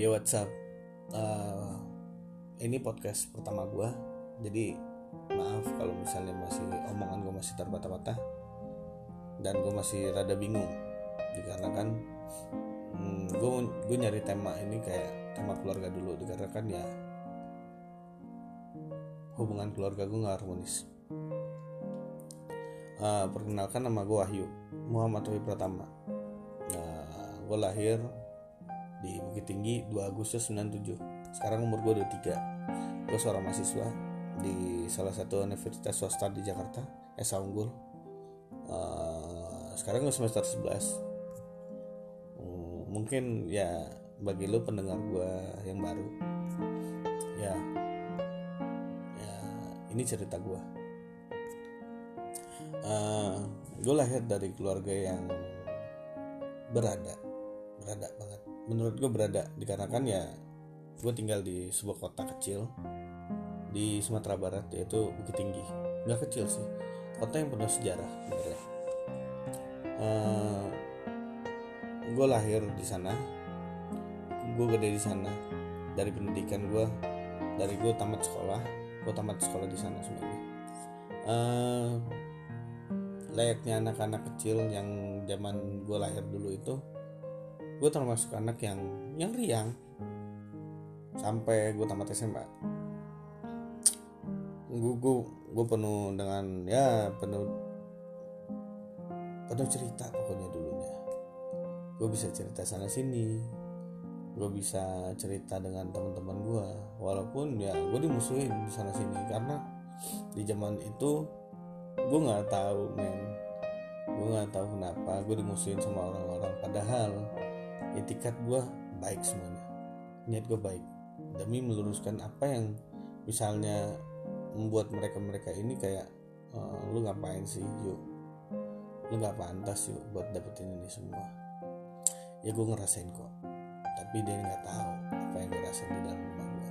Yo what's up. Ini podcast pertama gue. Jadi maaf kalau misalnya omongan gue masih terbata-bata dan gue masih rada bingung. Dikarenakan gue nyari tema ini kayak tema keluarga dulu. Dikarenakan ya hubungan keluarga gue gak harmonis. Perkenalkan, nama gue Wahyu Muhammad Wahyu Pratama. Gue lahir di Bukit Tinggi 2 Agustus 97. Sekarang umur gue 23. Gue seorang mahasiswa di salah satu universitas swasta di Jakarta, Esa Unggul. Sekarang gue semester 11. Mungkin ya bagi lo pendengar gue yang baru, ya ini cerita gue. Gue lahir dari keluarga yang berada banget. Menurut gue berada dikarenakan ya gue tinggal di sebuah kota kecil di Sumatera Barat, yaitu Bukit Tinggi. Nggak kecil sih, kota yang penuh sejarah sebenarnya. Gue lahir di sana, gue gede di sana. Dari pendidikan gue, dari gue tamat sekolah di sana sebenarnya. Layaknya anak-anak kecil yang zaman gue lahir dulu itu, gue termasuk anak yang riang sampai gue tamat SMA. Gue penuh dengan penuh cerita pokoknya dulunya. Gue bisa cerita sana sini, gue bisa cerita dengan teman-teman gue, walaupun ya gue dimusuhin di sana sini karena di zaman itu gue nggak tahu kenapa gue dimusuhin sama orang-orang, padahal etikat gue baik semuanya, niat gue baik demi meluruskan apa yang misalnya membuat mereka ini kayak lu ngapain sih yuk, lu nggak pantas yuk buat dapetin ini semua. Ya gue ngerasain kok, tapi dia nggak tahu apa yang gue rasain di dalam rumah gue.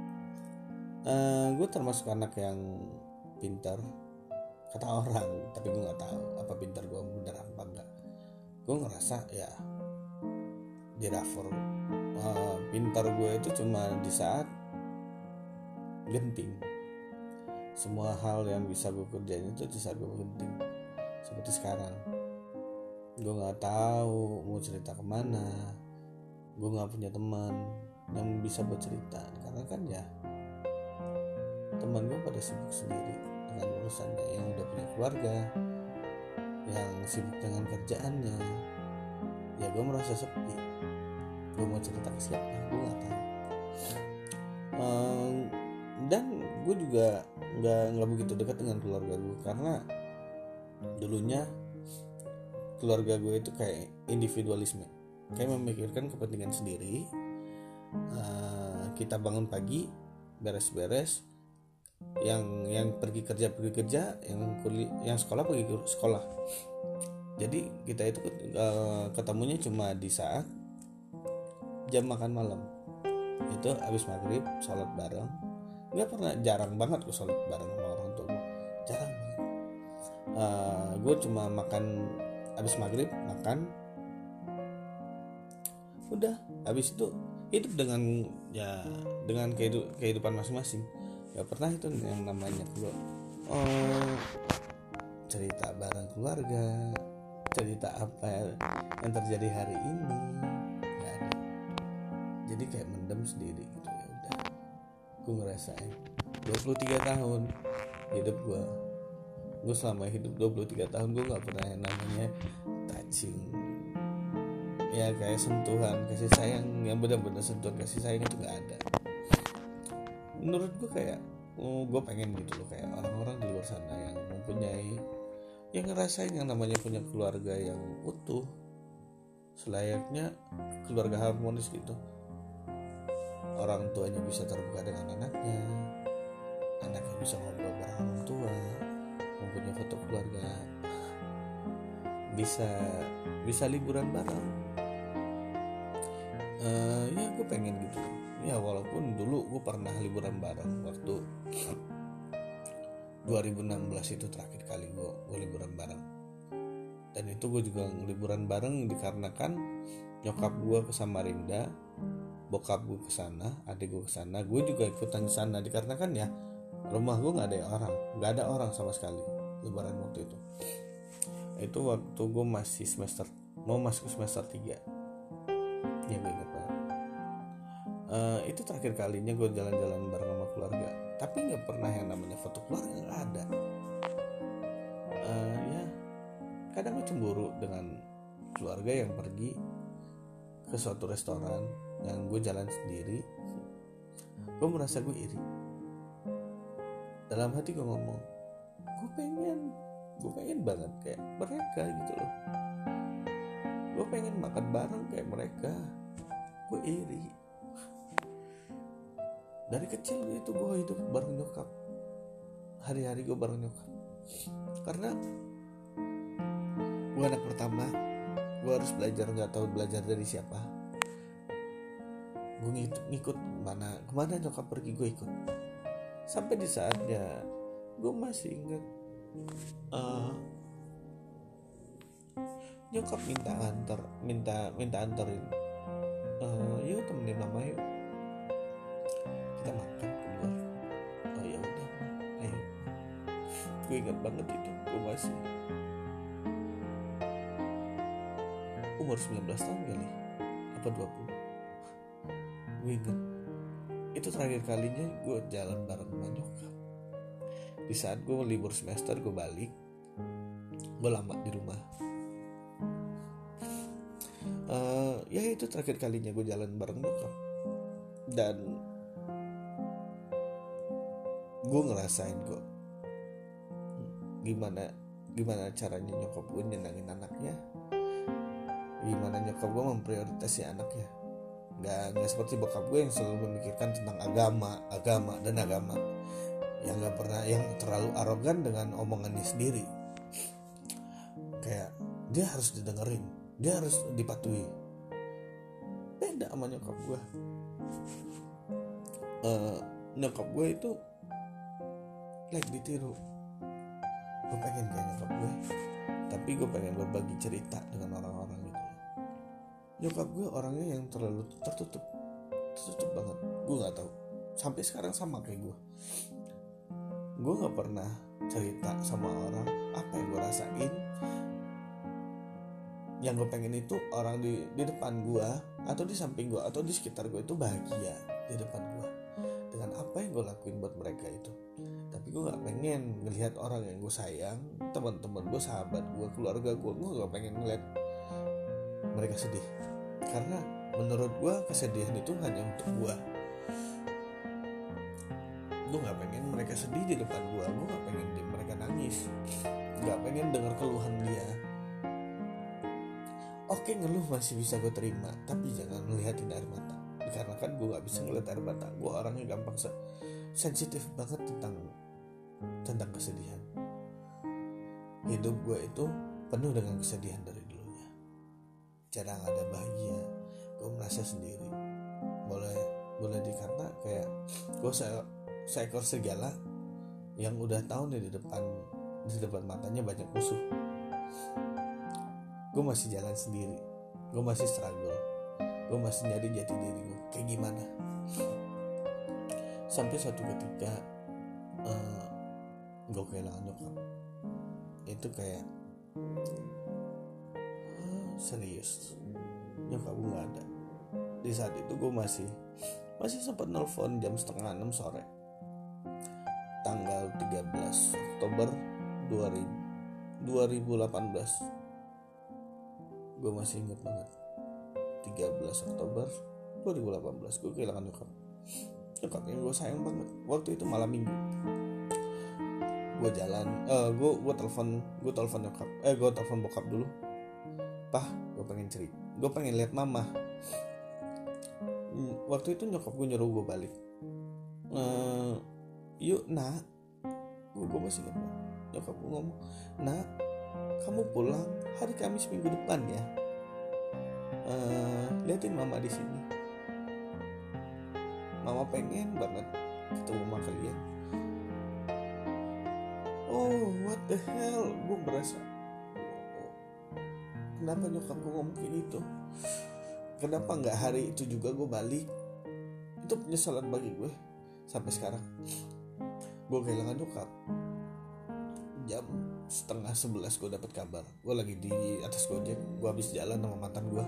Gue termasuk anak yang pintar kata orang, tapi gue nggak tahu apa pintar gue bener apa enggak. Gue ngerasa ya di rapor pintar gue itu cuma di saat genting. Semua hal yang bisa gue kerjain itu di saat gue genting. Seperti sekarang, gue nggak tahu mau cerita kemana. Gue nggak punya teman yang bisa buat cerita, karena kan ya teman gue pada sibuk sendiri dengan urusannya, yang udah punya keluarga, yang sibuk dengan kerjaannya. Ya gue merasa sepi. Gue mau cerita ke siapa, gue nggak tahu. Dan gue juga nggak begitu dekat dengan keluarga gue, karena dulunya keluarga gue itu kayak individualisme, kayak memikirkan kepentingan sendiri. Kita bangun pagi, beres-beres, yang pergi kerja, yang sekolah pergi ke sekolah. Jadi kita itu ketemunya cuma di saat jam makan malam. Itu habis maghrib sholat bareng. Jarang banget gue sholat bareng sama orang tua gue, jarang banget. Gue cuma makan habis maghrib, makan udah, habis itu hidup dengan kehidupan masing-masing. Gak pernah itu yang namanya gue cerita bareng keluarga, cerita apa yang terjadi hari ini, gak ada. Jadi kayak mendem sendiri gitu. Ya udah, gue ngerasain 23 tahun hidup gue selama hidup 23 tahun gue gak pernah yang namanya touching, ya kayak sentuhan kasih sayang yang benar-benar sentuhan kasih sayang itu gak ada. Menurut gue kayak gue pengen gitu loh, kayak orang-orang di luar sana yang mempunyai, yang ngerasain yang namanya punya keluarga yang utuh, selayaknya keluarga harmonis gitu. Orang tuanya bisa terbuka dengan anaknya bisa ngobrol bareng orang tua, mempunyai foto keluarga, bisa liburan bareng. Ya gue pengen gitu. Ya walaupun dulu gue pernah liburan bareng waktu 2016 itu terakhir kali gue liburan bareng. Dan itu gue juga liburan bareng dikarenakan nyokap gue ke Samarinda bokap gue kesana, adik gue kesana, gue juga ikutan kesana dikarenakan ya rumah gue nggak ada orang sama sekali lebaran waktu itu waktu gue masih mau masuk semester 3 ya, gue ingat banget. Itu terakhir kalinya gue jalan-jalan bareng sama keluarga, tapi nggak pernah yang namanya foto keluarga, nggak ada. Ya kadang gue cemburu dengan keluarga yang pergi ke suatu restoran yang gue jalan sendiri. Gue merasa gue iri. Dalam hati gue ngomong, gue pengen banget kayak mereka gitu loh. Gue pengen makan bareng kayak mereka. Gue iri. Dari kecil itu gue hidup bareng nyokap. Hari-hari gue bareng nyokap. Karena gue anak pertama, gue harus belajar, nggak tahu belajar dari siapa. Gue ngikut kemana nyokap pergi, gue ikut. Sampai di saatnya gue masih ingat nyokap minta anterin, yuk temenin mama yuk, kita makan keluar. Oh ya udah, ayo. Gue ingat banget itu, gue masih umur 19 tahun kali, apa 20. Gue ingat itu terakhir kalinya gue jalan bareng sama nyokap. Di saat gue libur semester, gue balik, gue lama di rumah. Ya itu terakhir kalinya gue jalan bareng nyokap. Dan gue ngerasain kok gimana caranya nyokap gue nyenangin anaknya, gimana nyokap gue memprioritasi anaknya. Nggak seperti bokap gue yang selalu memikirkan tentang agama yang nggak pernah, yang terlalu arogan dengan omongannya sendiri. Kayak dia harus didengerin, dia harus dipatuhi. Beda sama nyokap gue. Nyokap gue itu like ditiru. Gue pengen kayak nyokap gue, tapi gue pengen berbagi cerita dengan orang-orang gitu. Nyokap gue orangnya yang terlalu tertutup banget. Gue nggak tahu, sampai sekarang sama kayak gue nggak pernah cerita sama orang apa yang gue rasain. Yang gue pengen itu orang di depan gue, atau di samping gue, atau di sekitar gue itu bahagia di depan gue dengan apa yang gue lakuin buat mereka itu. Tapi gue nggak pengen ngelihat orang yang gue sayang, teman-teman gue, sahabat gue, keluarga gue nggak pengen ngelihat mereka sedih. Karena menurut gue kesedihan itu hanya untuk gue. Gue gak pengen mereka sedih di depan gue gak pengen mereka nangis, gak pengen dengar keluhan dia. Oke, ngeluh masih bisa gue terima, tapi jangan ngeliatin air mata. Dikarenakan gue gak bisa ngeliat air mata. Gue orangnya gampang sensitif banget tentang kesedihan. Hidup gue itu penuh dengan kesedihan dari dulunya. Jarang ada bahagia. Gue merasa sendiri. Boleh dikata kayak gue seekor segala yang udah tahu nih di depan matanya banyak musuh. Gue masih jalan sendiri, gue masih struggle, gue masih nyari jati diri gue kayak gimana. Sampai suatu ketika gue kehilangan nyokap. Itu kayak serius, nyokap gue gak ada. Di saat itu gue masih sempat nelfon jam 5:30 sore, tanggal 13 Oktober 2018. Gue masih ingat banget, 13 Oktober 2018 gue kehilangan nyokap yang gue sayang banget. Waktu itu malam minggu, gue jalan, gue telepon nyokap, gue telepon bokap dulu. Pah, gue pengen cerita, gue pengen lihat mama. Waktu itu nyokap gue nyuruh gue balik. Yuk nak, gue masih ingat. Nyokap gue ngomong, nak, kamu pulang hari Kamis minggu depan ya. Liatin mama di sini. Mama pengen banget ketemu sama kalian. Oh, what the hell? Gue merasa, kenapa nyokap gue ngomong kayak gitu? Kenapa nggak hari itu juga gue balik? itu penyesalan bagi gue sampai sekarang. Gue kehilangan nyokap jam 10:30 gue dapet kabar. Gue lagi di atas Gojek, gue habis jalan sama mantan gue.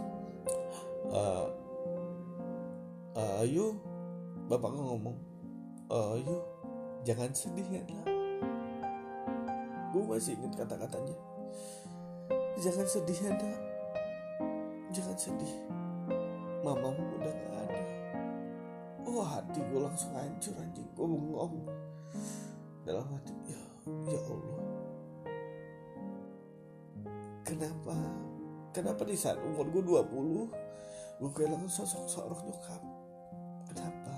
Ayu, bapak gue ngomong, Ayu jangan sedih ya nak. Gue masih ingat kata-katanya, jangan sedih ya nak, jangan sedih, mamamu udah gak ada. Oh, hati gue langsung hancur anjing. Gue bengong dalam hati, ya Allah, kenapa di saat umur gue 20 gue kehilangan sosok seorang nyokap? Kenapa?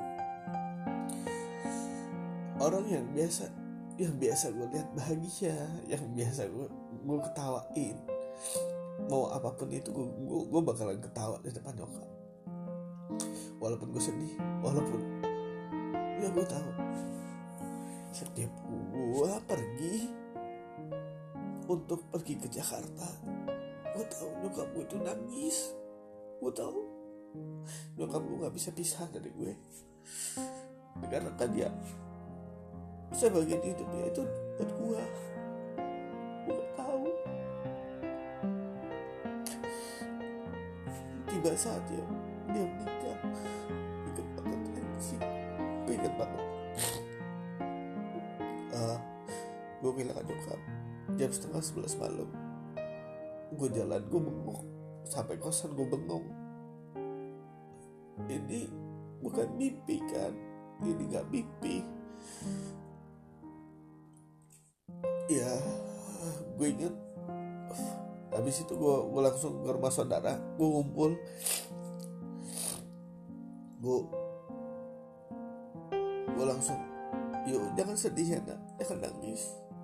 Orang yang biasa gue lihat bahagia, yang biasa gue ketawain, mau apapun itu gue bakalan ketawa di depan nyokap. Walaupun gue sedih, walaupun ya gue tahu setiap gue pergi ke Jakarta, gue tahu nyokap gue itu nangis. Gue tahu nyokap gue gak bisa pisah dari gue, karena kan dia sebagian hidupnya itu buat gue. Gue gak tahu. Tiba saatnya dia meninggal, inget banget sih, inget banget. Gue kehilangan nyokap jam 10:30 malam. Gue jalan, gue bengong sampai kosan, gue bengong. Ini bukan mimpi kan? Ini gak mimpi. Ya, gue inget. Habis itu gue langsung ke rumah saudara, gue ngumpul. Gue langsung, yuk jangan sedih ya nak, jangan nangis.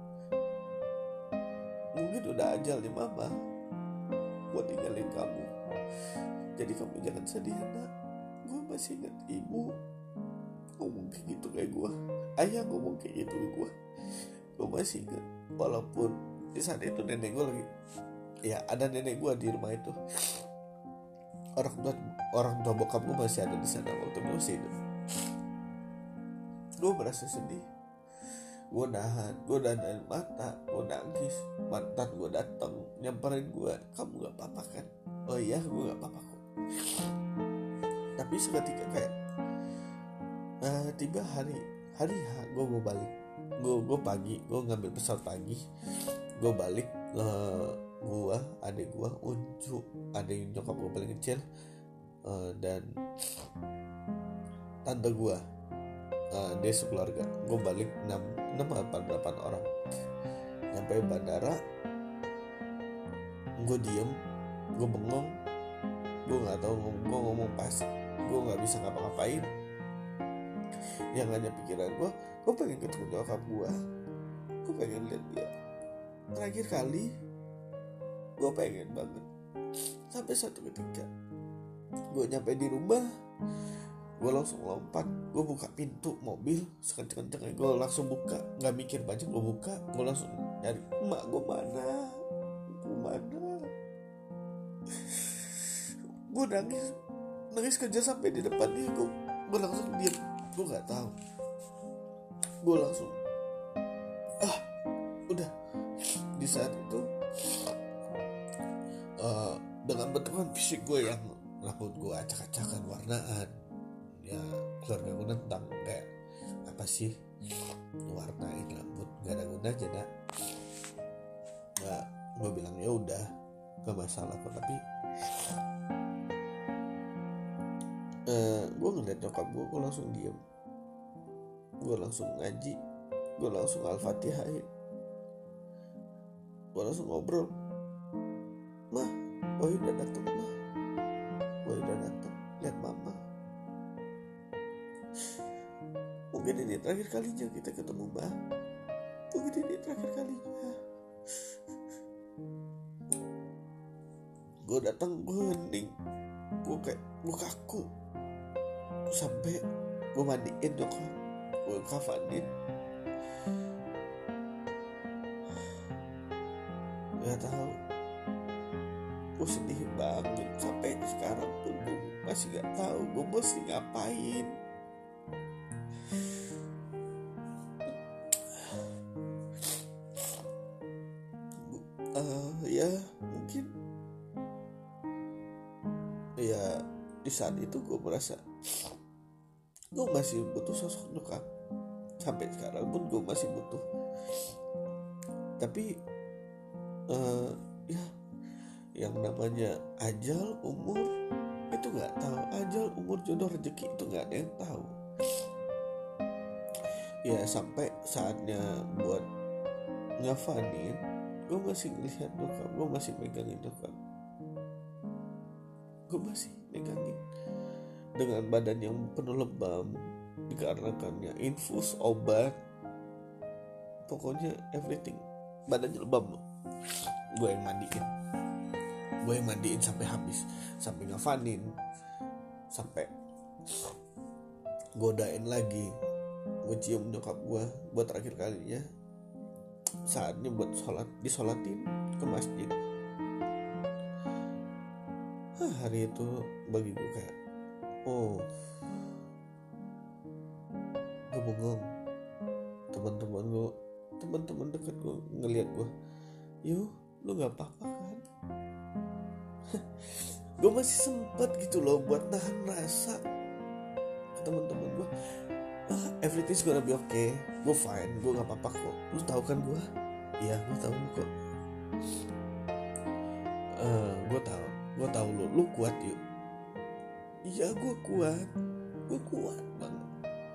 Mungkin udah ajalnya mama buat tinggalin kamu, jadi kamu jangan sedih ya nak. Gue masih ingat ibu ngomong kayak gitu kayak gue, ayah ngomong kayak gitu ke gue. Gue masih ingat, walaupun di saat itu nenek gue lagi, ya ada nenek gue di rumah itu. Orang tua bokap gue masih ada di sana waktu gue masih hidup. Gue merasa sedih, gue nahan mata, gue nangis. Mantan gue datang nyamperin gue, kamu gak apa-apa kan? Oh iya, gue gak apa-apa kok. Tapi seketika kayak tiba hari gue mau balik. Gue pagi, gue ngambil pesawat pagi, gue balik. Gue, adik gue, Uncu, adik nyokap gue paling kecil, dan tante gue, dia sekeluarga. Gue balik 6 atau 8 orang. Sampai bandara, gue diem, gue bengong, gue nggak tahu gue ngomong pas, gue nggak bisa ngapa-ngapain. Yang hanya pikiran gue pengen ketemu nyokap gue pengen lihat dia terakhir kali. Gue pengen banget. Sampai satu ketika gue nyampe di rumah, gue langsung lompat, gue buka pintu mobil sekenceng-kencengnya, gue langsung buka, nggak mikir banyak, gue buka, gue langsung nyari emak gue mana. Gue nangis kejar sampai di depan dia. Gue langsung diam, gue nggak tahu, gue langsung udah. Di saat itu dengan bentukan fisik gue yang rambut gue acak-acakan, warnaan, ya keluarga gue tentang kayak apa sih warnain rambut, gak ada gunanya nak. Nah, gue bilang ya udah gak masalah kok. Tapi gue ngeliat nyokap gue langsung diem, gue langsung ngaji, gue langsung al-fatihahin, gue langsung ngobrol. Mah, Wahyu udah datang, mah. Wahyu udah datang, lihat mama. Mungkin ini terakhir kalinya kita ketemu, mah. Mungkin ini terakhir kalinya. Gue datang, gue hening, gue kaku. Sampai gue mandiin nyokap, gue kafanin. Gak tahu, gue sedih banget. Sampai sekarang pun masih gak tahu gue mesti ngapain. Ya mungkin ya di saat itu gue merasa gue masih butuh sosok nyokap. Sampai sekarang pun gue masih butuh. Tapi ya yang namanya ajal, umur itu nggak tahu. Ajal, umur, jodoh, rezeki itu nggak ada yang tahu. Ya sampai saatnya buat ngafanin, gue masih ngelihat nyokap, gue masih megangin nyokap, gue masih megangin dengan badan yang penuh lebam dikarenakannya infus obat. Pokoknya everything, badannya lebam. Gue yang mandiin sampai habis, sampai ngafanin, sampai godain lagi. Gue cium nyokap gue buat terakhir kalinya, saatnya buat sholat, disolatin ke masjid. Hari itu bagi gue kayak, oh, gue bengong. Teman-teman dekat gue ngelihat gue, yuk, lu nggak apa-apa kan? Gue masih sempat gitu loh buat nahan rasa ke teman-teman gue. Everything's gonna be okay, gue fine, gue nggak apa-apa kok. Lu tahu kan gue? Iya, gue tahu lu kok. Gue tahu lu kuat yuk. Iya, gue kuat banget.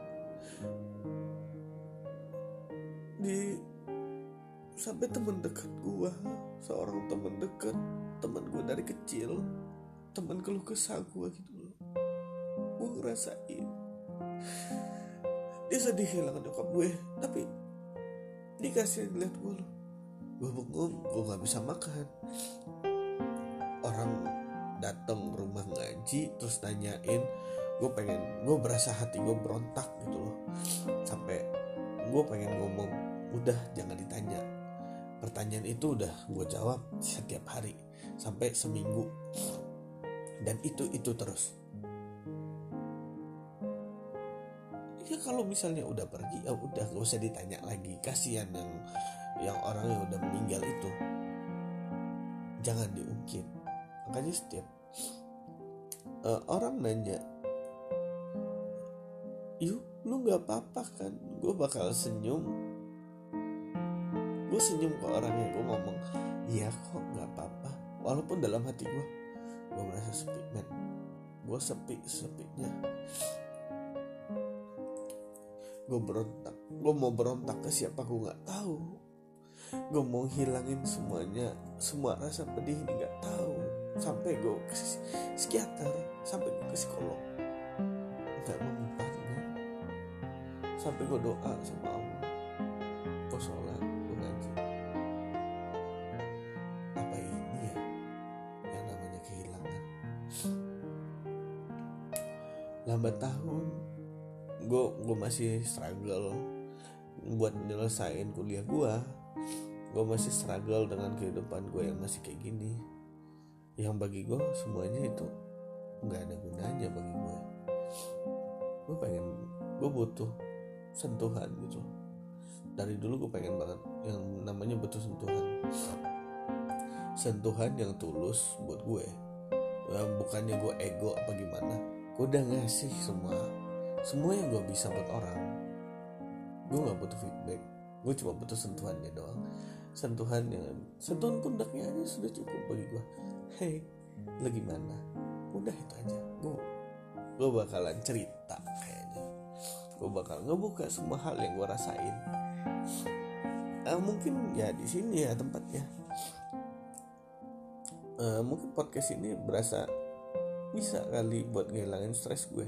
Sampai teman dekat gue, seorang teman dekat, teman gue dari kecil, teman keluh kesah gue gitu loh, gue ngerasain dia sedih kehilangan nyokap gue, tapi dia kasihan ngeliat gue loh. Gue bengong, gue nggak bisa makan. Orang datang rumah ngaji terus nanyain, gue berasa hati gue berontak gitu loh. Sampai gue pengen ngomong, udah jangan ditanya. Pertanyaan itu udah gue jawab setiap hari sampai seminggu, dan itu terus. Ya kalau misalnya udah pergi, ya udah gak usah ditanya lagi. Kasihan yang orang yang udah meninggal itu, jangan diungkit. Makanya setiap orang nanya, yuk lu nggak apa-apa kan? Gue bakal senyum. Gue senyum ke orangnya, gue ngomong, iya kok nggak apa-apa. Walaupun dalam hati gue merasa sepi, men. Gue sepinya. Gue mau berontak ke siapa gue nggak tahu. Gue mau hilangin semuanya, semua rasa pedih ini nggak tahu. Sampai gue ke psikiater, sampai gue ke psikolog, nggak mempan, men. Sampai gue doa sama Allah, gue sholat, gue ngaji. Apa ini ya yang namanya kehilangan? Lambat tahun, gue masih struggle buat nyelesain kuliah gue. Gue masih struggle dengan kehidupan gue yang masih kayak gini, yang bagi gue semuanya itu nggak ada gunanya bagi gue. Gue butuh sentuhan gitu. Dari dulu gue pengen banget yang namanya butuh sentuhan yang tulus buat gue. Bukannya gue ego apa gimana. Gue udah ngasih semua yang gue bisa buat orang. Gue nggak butuh feedback, gue cuma butuh sentuhannya doang. Sentuhan pundaknya aja sudah cukup bagi gue. Hey, lo gimana? Udah itu aja. Gue bakalan cerita kayaknya. Gue bakal ngebuka semua hal yang gue rasain. Mungkin ya di sini ya tempatnya. Mungkin podcast ini berasa bisa kali buat ngilangin stres gue.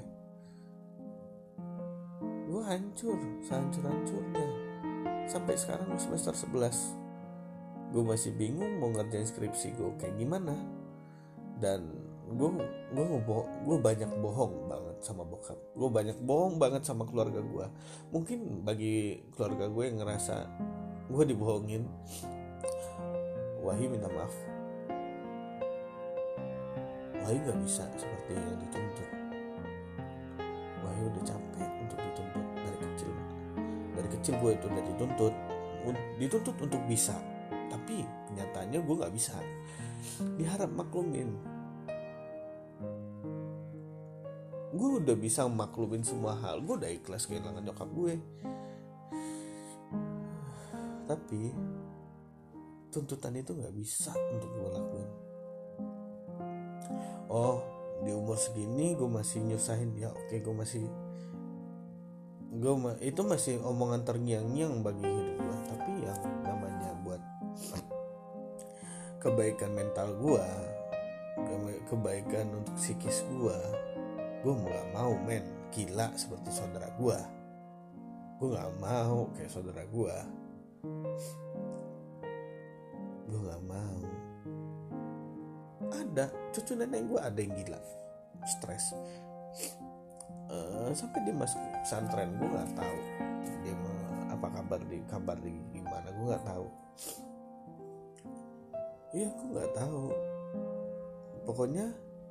Gue hancur, sehancur-hancurnya. Sampai sekarang semester 11 gue masih bingung mau ngerjain skripsi gue kayak gimana. Dan gue banyak bohong banget sama bokap. Gue banyak bohong banget sama keluarga gue. Mungkin bagi keluarga gue yang ngerasa gue dibohongin, Wahyu minta maaf. Wahyu gak bisa seperti yang dituntut. Wahyu udah capek untuk dituntut dari kecil gue itu udah dituntut untuk bisa, tapi kenyataannya gue gak bisa. Diharap maklumin. Gue udah bisa maklumin semua hal, gue udah ikhlas kehilangan nyokap gue, tapi tuntutan itu gak bisa untuk gue lakuin. Oh, di umur segini gue masih nyusahin ya, oke, itu masih omongan terngiang-ngiang bagi hidup gue. Tapi yang namanya buat kebaikan mental gue, kebaikan untuk psikis gue nggak mau gila seperti saudara gue nggak mau kayak saudara gue nggak mau. Ada cucu nenek gue ada yang gila, stres, sampai dia masuk pesantren. Gue nggak tahu dia apa kabar di gimana, gue nggak tahu. Iya, gue nggak tahu. Pokoknya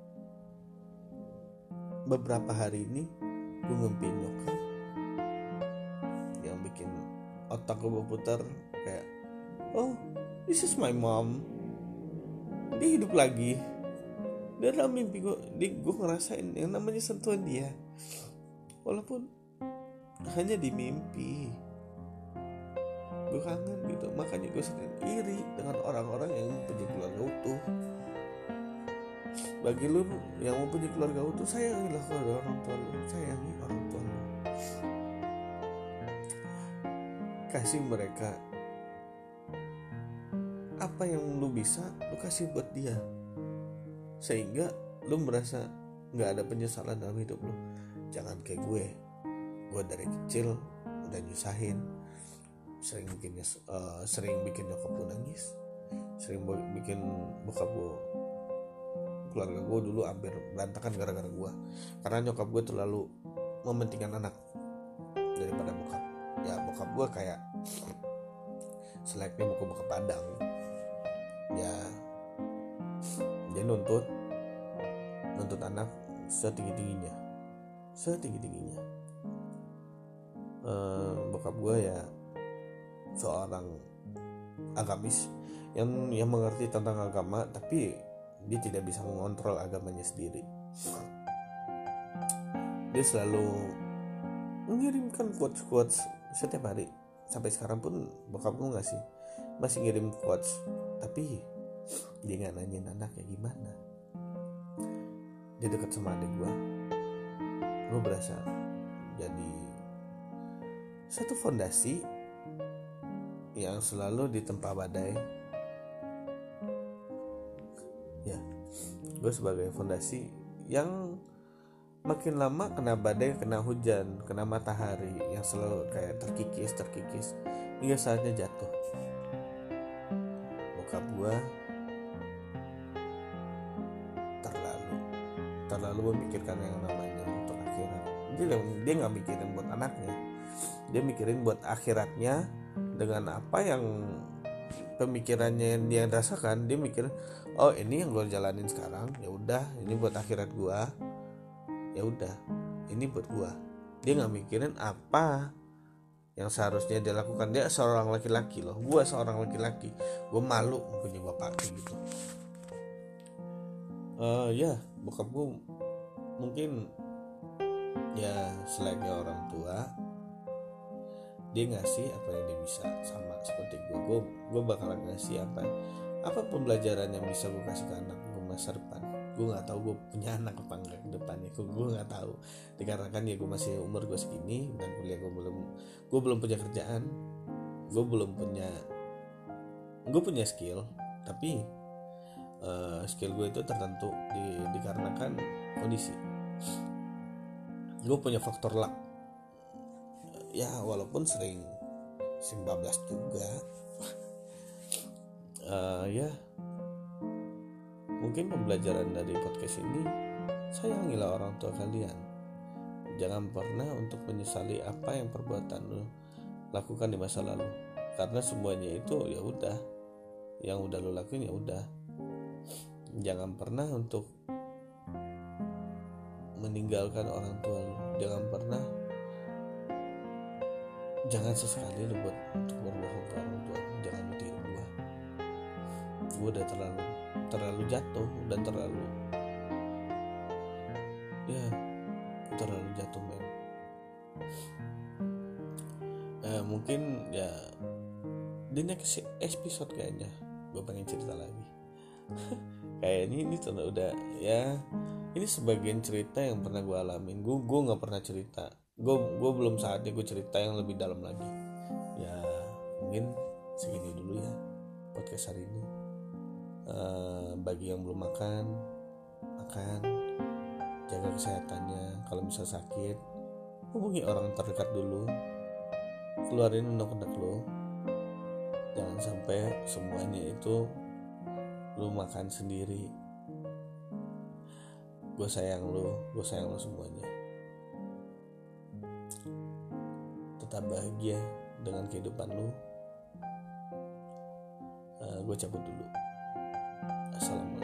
beberapa hari ini gue ngimpiin nyokap yang bikin otak gue berputar kayak, oh, this is my mom. Dia hidup lagi. Dia dalam mimpi gue ngerasain yang namanya sentuhan dia, walaupun hanya di mimpi. Gue kangen gitu. Makanya gue sering iri dengan orang-orang yang punya keluarga utuh. Bagi lu yang mempunyai keluarga utuh, sayangilah keluarga orang tua lu, sayangi orang tua lu, kasih mereka apa yang lu bisa, lu kasih buat dia, sehingga lu merasa gak ada penyesalan dalam hidup lu. Jangan kayak gue dari kecil udah nyusahin, sering bikin nyokap gue nangis, sering bikin bokap gue, keluarga gue dulu hampir berantakan gara-gara gue, karena nyokap gue terlalu mementingkan anak daripada bokap. Ya bokap gue kayak seleknya buka padang, ya dia nuntut anak setinggi-tingginya. Bokap gue ya seorang agamis yang mengerti tentang agama, tapi dia tidak bisa mengontrol agamanya sendiri. Dia selalu mengirimkan quotes setiap hari. Sampai sekarang pun bokap gue masih ngirim quotes, tapi dia nggak nanyain anaknya gimana. Dia dekat sama adik gue berasa jadi satu fondasi yang selalu ditempa badai. Ya, gue sebagai fondasi yang makin lama kena badai, kena hujan, kena matahari, yang selalu kayak terkikis hingga saatnya jatuh. Bokap gue terlalu memikirkan yang namanya untuk akhirat. Dia nggak mikirin buat anaknya, dia mikirin buat akhiratnya. Dengan apa yang pemikirannya yang dia rasakan, dia mikir, oh ini yang gue jalanin sekarang, ya udah ini buat akhirat gue, ya udah ini buat gue. Dia nggak mikirin apa yang seharusnya dia lakukan. Dia seorang laki-laki loh, gue seorang laki-laki, gue malu mempunyai bapak kayak gitu. Ya bokap gue mungkin ya selayaknya orang tua, dia ngasih apa yang dia bisa. Sama seperti gue bakalan ngasih apa pembelajaran yang bisa gue kasih ke anak gue masa depan. Gue nggak tahu gue punya anak apa enggak ke depannya, gue nggak tahu, dikarenakan ya gue masih umur gue segini dan kuliah gue belum punya kerjaan, gue punya skill, tapi skill gue itu tertentu dikarenakan kondisi. Gue punya faktor luck, ya walaupun sering bablas juga. Ya mungkin pembelajaran dari podcast ini, sayangilah orang tua kalian. Jangan pernah untuk menyesali apa yang perbuatan lo lakukan di masa lalu, karena semuanya itu ya udah, yang udah lo lakuin ya udah. Jangan pernah untuk meninggalkan orang tua lu. Jangan sesekali lu buat berbohong ke orang tua lu. Jangan lu tiru gue udah terlalu jatuh dan terlalu jatuh, men. Mungkin ya di next episode kayaknya gue pengen cerita lagi. Kayaknya ini udah ya, ini sebagian cerita yang pernah gue alamin. Gue nggak pernah cerita, gue belum saatnya gue cerita yang lebih dalam lagi. Ya mungkin segini dulu ya podcast hari ini. Bagi yang belum makan, jaga kesehatannya. Kalau bisa sakit, hubungi orang terdekat dulu, keluarin unek-unek lo. Jangan sampai semuanya itu lu makan sendiri. Gue sayang lo semuanya. Tetap bahagia dengan kehidupan lu. Gue cabut dulu. Assalamualaikum.